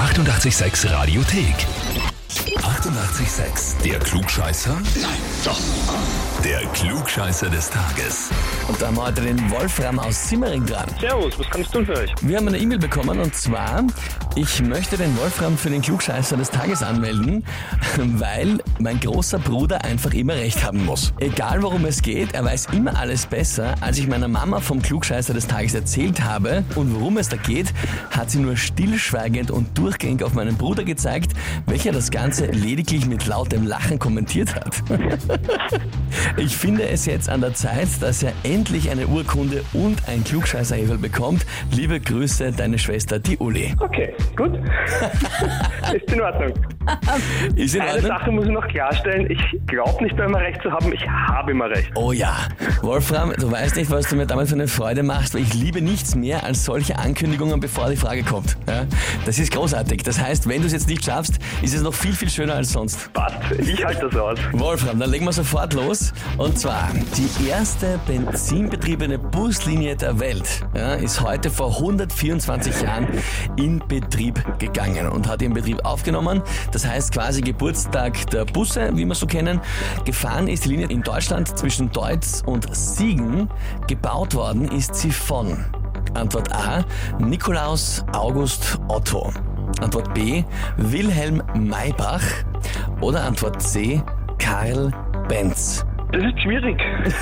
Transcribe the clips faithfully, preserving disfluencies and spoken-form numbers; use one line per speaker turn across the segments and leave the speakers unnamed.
achtundachtzig Komma sechs Radiothek. achtundachtzig Komma sechs. Der Klugscheißer? Nein, doch. Der Klugscheißer des Tages.
Und da haben wir heute den Wolfram aus Simmering dran.
Servus, was kann ich tun für euch?
Wir haben eine E-Mail bekommen und zwar, ich möchte den Wolfram für den Klugscheißer des Tages anmelden, weil mein großer Bruder einfach immer recht haben muss. Egal worum es geht, er weiß immer alles besser. Als ich meiner Mama vom Klugscheißer des Tages erzählt habe und worum es da geht, hat sie nur stillschweigend und durchgängig auf meinen Bruder gezeigt, welcher das Ganze lediglich mit lautem Lachen kommentiert hat. Ich finde es jetzt an der Zeit, dass er endlich eine Urkunde und ein Klugscheißerheferl bekommt. Liebe Grüße, deine Schwester, die Uli.
Okay, gut. Ist in Ordnung.
Ist in
Eine
Ordnung?
Sache muss ich noch klarstellen. Ich glaube nicht immer recht zu haben, ich habe immer recht.
Oh ja, Wolfram, du weißt nicht, was du mir damit für eine Freude machst, weil ich liebe nichts mehr als solche Ankündigungen, bevor die Frage kommt. Ja? Das ist großartig. Das heißt, wenn du es jetzt nicht schaffst, ist es noch viel, viel schöner als sonst.
Passt, ich halte das aus.
Wolfram, dann legen wir sofort los. Und zwar, die erste benzinbetriebene Buslinie der Welt ja, ist heute vor hundertvierundzwanzig Jahren in Betrieb gegangen und hat ihren Betrieb aufgenommen. Das heißt quasi Geburtstag der Busse, wie wir so kennen. Gefahren ist die Linie in Deutschland zwischen Deutz und Siegen. Gebaut worden ist sie von Antwort A, Nikolaus August Otto. Antwort B, Wilhelm Maybach. Oder Antwort C, Karl Benz.
Das ist schwierig.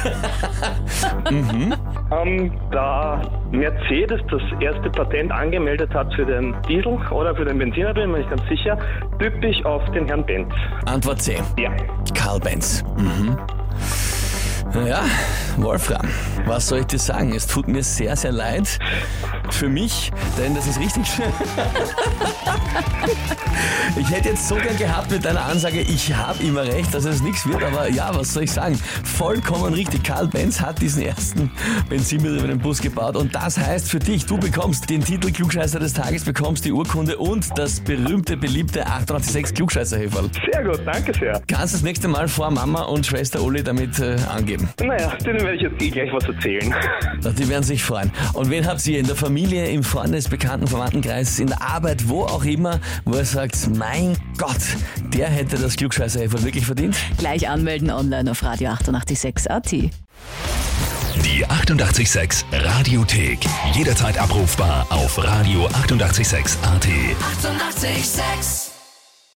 mhm. ähm, da Mercedes das erste Patent angemeldet hat für den Diesel oder für den Benziner, bin ich mir nicht ganz sicher, tippe ich auf den Herrn Benz.
Antwort C.
Ja.
Karl Benz. Mhm. Ja, Wolfram, was soll ich dir sagen? Es tut mir sehr, sehr leid für mich, denn das ist richtig schön. Ich hätte jetzt so gern gehabt mit deiner Ansage, ich habe immer recht, dass es nichts wird, aber ja, was soll ich sagen? Vollkommen richtig. Karl Benz hat diesen ersten benzinbetriebenen Bus gebaut und das heißt für dich, du bekommst den Titel Klugscheißer des Tages, bekommst die Urkunde und das berühmte, beliebte achtundachtzig Komma sechs Klugscheißerheferl.
Sehr gut, danke sehr.
Kannst das nächste Mal vor Mama und Schwester Uli damit äh, angeben?
Naja, denen werde ich jetzt eh gleich was erzählen.
Die werden sich freuen. Und wen habt ihr in der Familie, im Freundes-, Bekannten-, Verwandtenkreis, in der Arbeit, wo auch immer, wo ihr sagt, mein Gott, der hätte das Klugscheißerheferl wirklich verdient?
Gleich anmelden online auf Radio achtundachtzig Komma sechs A T.
Die achtundachtzig Komma sechs Radiothek. Jederzeit abrufbar auf Radio achtundachtzig Komma sechs A T.
achtundachtzig Komma sechs